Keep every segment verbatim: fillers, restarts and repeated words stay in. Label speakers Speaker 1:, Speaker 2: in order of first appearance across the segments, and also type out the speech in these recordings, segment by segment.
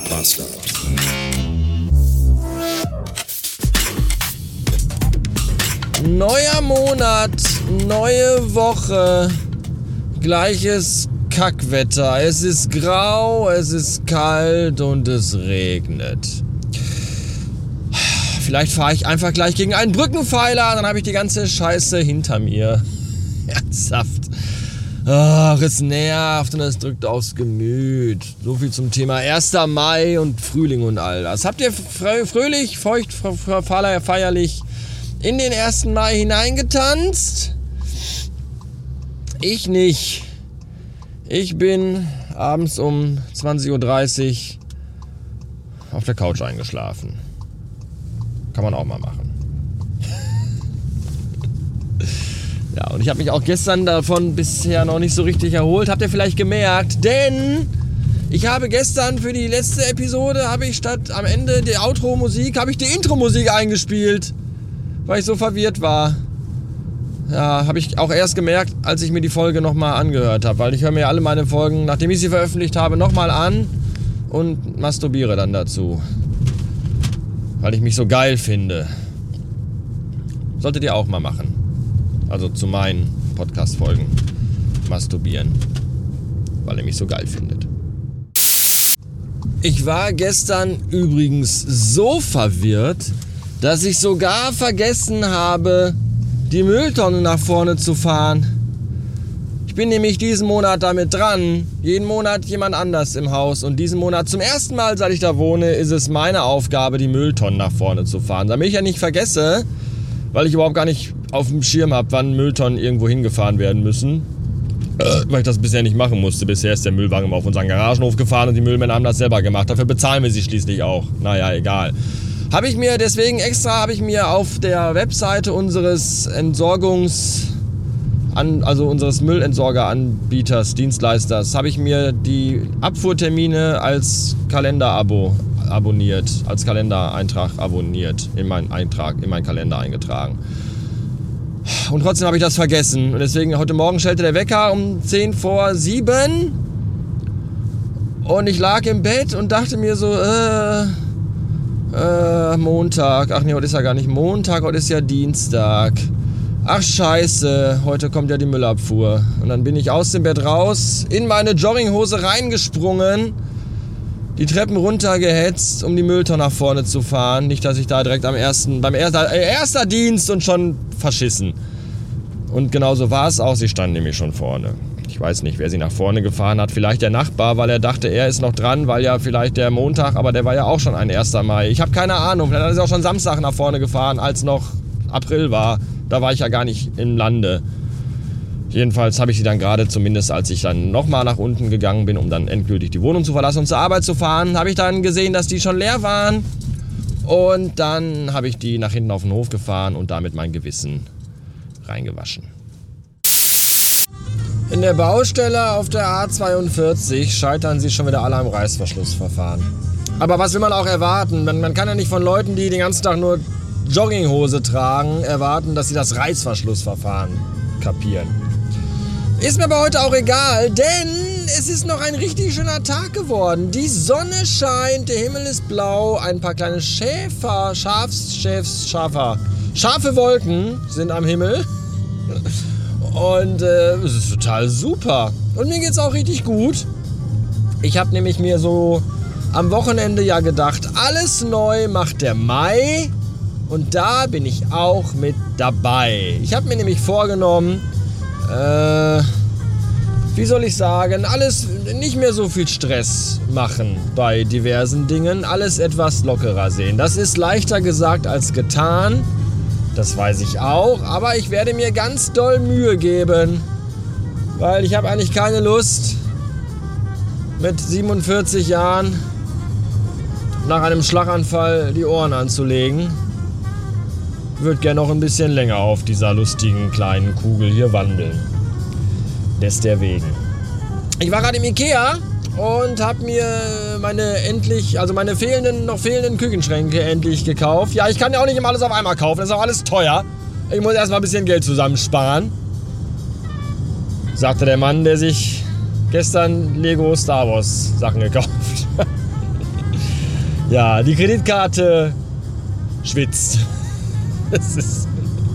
Speaker 1: Bastard.
Speaker 2: Neuer Monat, neue Woche, gleiches Kackwetter. Es ist grau, es ist kalt und es regnet. Vielleicht fahre ich einfach gleich gegen einen Brückenpfeiler, dann habe ich die ganze Scheiße hinter mir. Ernsthaft. Ach, es nervt und es drückt aufs Gemüt. So viel zum Thema erster Mai und Frühling und all das. Habt ihr fröhlich, feucht, feierlich in den ersten Mai hineingetanzt? Ich nicht. Ich bin abends um zwanzig Uhr dreißig auf der Couch eingeschlafen. Kann man auch mal machen. Ja, und ich habe mich auch gestern davon bisher noch nicht so richtig erholt. Habt ihr vielleicht gemerkt? Denn ich habe gestern für die letzte Episode, habe ich statt am Ende der Outro-Musik, habe ich die Intro-Musik eingespielt. Weil ich so verwirrt war. Ja, habe ich auch erst gemerkt, als ich mir die Folge nochmal angehört habe. Weil ich höre mir alle meine Folgen, nachdem ich sie veröffentlicht habe, nochmal an und masturbiere dann dazu. Weil ich mich so geil finde. Solltet ihr auch mal machen. Also zu meinen Podcast-Folgen masturbieren. Weil ihr mich so geil findet. Ich war gestern übrigens so verwirrt, dass ich sogar vergessen habe, die Mülltonne nach vorne zu fahren. Ich bin nämlich diesen Monat damit dran. Jeden Monat jemand anders im Haus. Und diesen Monat zum ersten Mal, seit ich da wohne, ist es meine Aufgabe, die Mülltonnen nach vorne zu fahren. Damit ich ja nicht vergesse, weil ich überhaupt gar nicht auf dem Schirm habe, wann Mülltonnen irgendwo hingefahren werden müssen. Äh, weil ich das bisher nicht machen musste. Bisher ist der Müllwagen immer auf unseren Garagenhof gefahren und die Müllmänner haben das selber gemacht. Dafür bezahlen wir sie schließlich auch. Naja, egal. Habe ich mir deswegen extra, habe ich mir auf der Webseite unseres Entsorgungs, an, also unseres Müllentsorgeranbieters, Dienstleisters, habe ich mir die Abfuhrtermine als Kalenderabo abonniert, als Kalendereintrag abonniert, in meinen Eintrag, in meinen Kalender eingetragen. Und trotzdem habe ich das vergessen. Und deswegen, heute Morgen schellte der Wecker um zehn vor sieben. Und ich lag im Bett und dachte mir so, äh... Äh, Montag. Ach nee, heute ist ja gar nicht Montag, heute ist ja Dienstag. Ach scheiße, heute kommt ja die Müllabfuhr. Und dann bin ich aus dem Bett raus, in meine Jogginghose reingesprungen, die Treppen runtergehetzt, um die Mülltonne nach vorne zu fahren. Nicht, dass ich da direkt am ersten, beim erster, äh, erster Dienst und schon verschissen. Und genau so war es auch, sie stand nämlich schon vorne. Ich weiß nicht, wer sie nach vorne gefahren hat. Vielleicht der Nachbar, weil er dachte, er ist noch dran, weil ja vielleicht der Montag, aber der war ja auch schon ein erster Mai. Ich habe keine Ahnung, vielleicht hat er sie auch schon Samstag nach vorne gefahren, als noch April war. Da war ich ja gar nicht im Lande. Jedenfalls habe ich sie dann gerade, zumindest als ich dann nochmal nach unten gegangen bin, um dann endgültig die Wohnung zu verlassen und zur Arbeit zu fahren, habe ich dann gesehen, dass die schon leer waren. Und dann habe ich die nach hinten auf den Hof gefahren und damit mein Gewissen reingewaschen. In der Baustelle auf der A zweiundvierzig scheitern sie schon wieder alle am Reißverschlussverfahren. Aber was will man auch erwarten? Man, man kann ja nicht von Leuten, die den ganzen Tag nur Jogginghose tragen, erwarten, dass sie das Reißverschlussverfahren kapieren. Ist mir aber heute auch egal, denn es ist noch ein richtig schöner Tag geworden. Die Sonne scheint, der Himmel ist blau, ein paar kleine Schäfer, Schafs, Schäfs, Schafer, scharfe Wolken sind am Himmel. Und äh, es ist total super. Und mir geht's auch richtig gut. Ich habe nämlich mir so am Wochenende ja gedacht, alles neu macht der Mai. Und da bin ich auch mit dabei. Ich habe mir nämlich vorgenommen, äh, wie soll ich sagen, alles nicht mehr so viel Stress machen bei diversen Dingen. Alles etwas lockerer sehen. Das ist leichter gesagt als getan. Das weiß ich auch, aber ich werde mir ganz doll Mühe geben, weil ich habe eigentlich keine Lust, mit siebenundvierzig Jahren nach einem Schlaganfall die Ohren anzulegen. Ich würde gerne noch ein bisschen länger auf dieser lustigen kleinen Kugel hier wandeln. Deswegen. Ich war gerade im Ikea und habe mir meine endlich, also meine fehlenden, noch fehlenden Küchenschränke endlich gekauft. Ja, ich kann ja auch nicht immer alles auf einmal kaufen, das ist auch alles teuer. Ich muss erstmal ein bisschen Geld zusammensparen, sagte der Mann, der sich gestern Lego Star Wars Sachen gekauft hat. Ja, die Kreditkarte schwitzt. Das ist...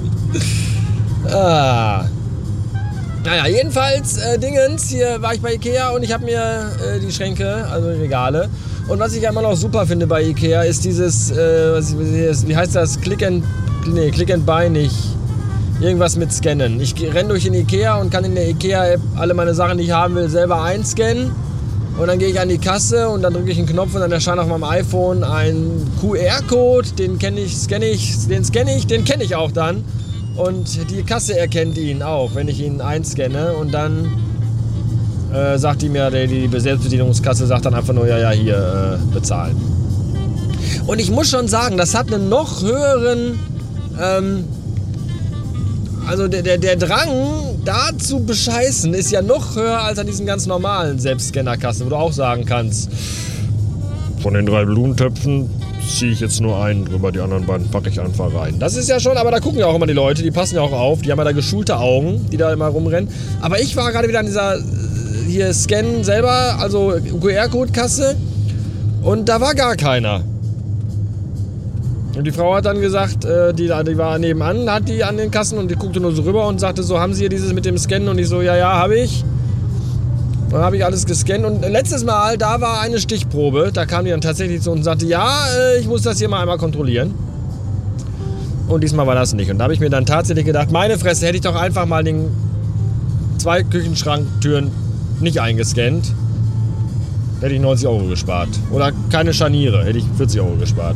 Speaker 2: ah. Naja, jedenfalls, äh, Dingens, hier war ich bei Ikea und ich habe mir äh, die Schränke, also die Regale. Und was ich ja immer noch super finde bei Ikea, ist dieses, äh, was, wie heißt das, Click and, nee, Click and Buy nicht. Irgendwas mit Scannen. Ich renne durch den Ikea und kann in der Ikea-App alle meine Sachen, die ich haben will, selber einscannen. Und dann gehe ich an die Kasse und dann drücke ich einen Knopf und dann erscheint auf meinem iPhone ein Q R-Code. Den kenne ich, scanne ich, den scanne ich, den kenne ich auch dann. Und die Kasse erkennt ihn auch, wenn ich ihn einscanne. Und dann äh, sagt die mir, die, die Selbstbedienungskasse sagt dann einfach nur, ja, ja, hier, äh, bezahlen. Und ich muss schon sagen, das hat einen noch höheren... Ähm, Also der, der, der Drang, da zu bescheißen, ist ja noch höher als an diesen ganz normalen Selbstscannerkassen, wo du auch sagen kannst, von den drei Blumentöpfen ziehe ich jetzt nur einen drüber, die anderen beiden packe ich einfach rein. Das ist ja schon, aber da gucken ja auch immer die Leute, die passen ja auch auf, die haben ja da geschulte Augen, die da immer rumrennen. Aber ich war gerade wieder an dieser hier Scan selber, also Q R-Code-Kasse, und da war gar keiner. Und die Frau hat dann gesagt, äh, die, die war nebenan, hat die an den Kassen und die guckte nur so rüber und sagte so, haben Sie hier dieses mit dem Scannen? Und ich so, ja, ja, habe ich. Dann habe ich alles gescannt und letztes Mal, da war eine Stichprobe, da kam die dann tatsächlich so und sagte, ja, äh, ich muss das hier mal einmal kontrollieren. Und diesmal war das nicht. Und da habe ich mir dann tatsächlich gedacht, meine Fresse, hätte ich doch einfach mal den zwei Küchenschranktüren nicht eingescannt, hätte ich neunzig Euro gespart. Oder keine Scharniere, hätte ich vierzig Euro gespart.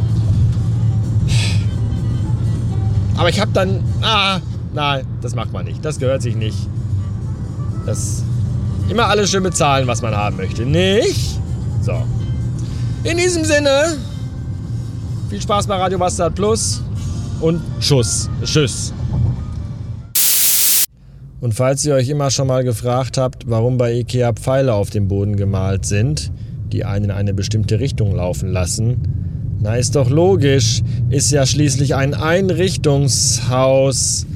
Speaker 2: Aber ich habe dann, ah, nein, das macht man nicht. Das gehört sich nicht. Das immer alles schön bezahlen, was man haben möchte. Nicht? So. In diesem Sinne, viel Spaß bei Radio Bastard Plus und Schuss. Tschüss. Und falls ihr euch immer schon mal gefragt habt, warum bei Ikea Pfeile auf dem Boden gemalt sind, die einen in eine bestimmte Richtung laufen lassen, na, ist doch logisch. Ist ja schließlich ein Einrichtungshaus.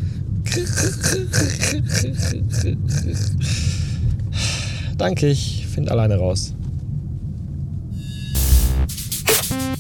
Speaker 2: Danke, ich finde alleine raus.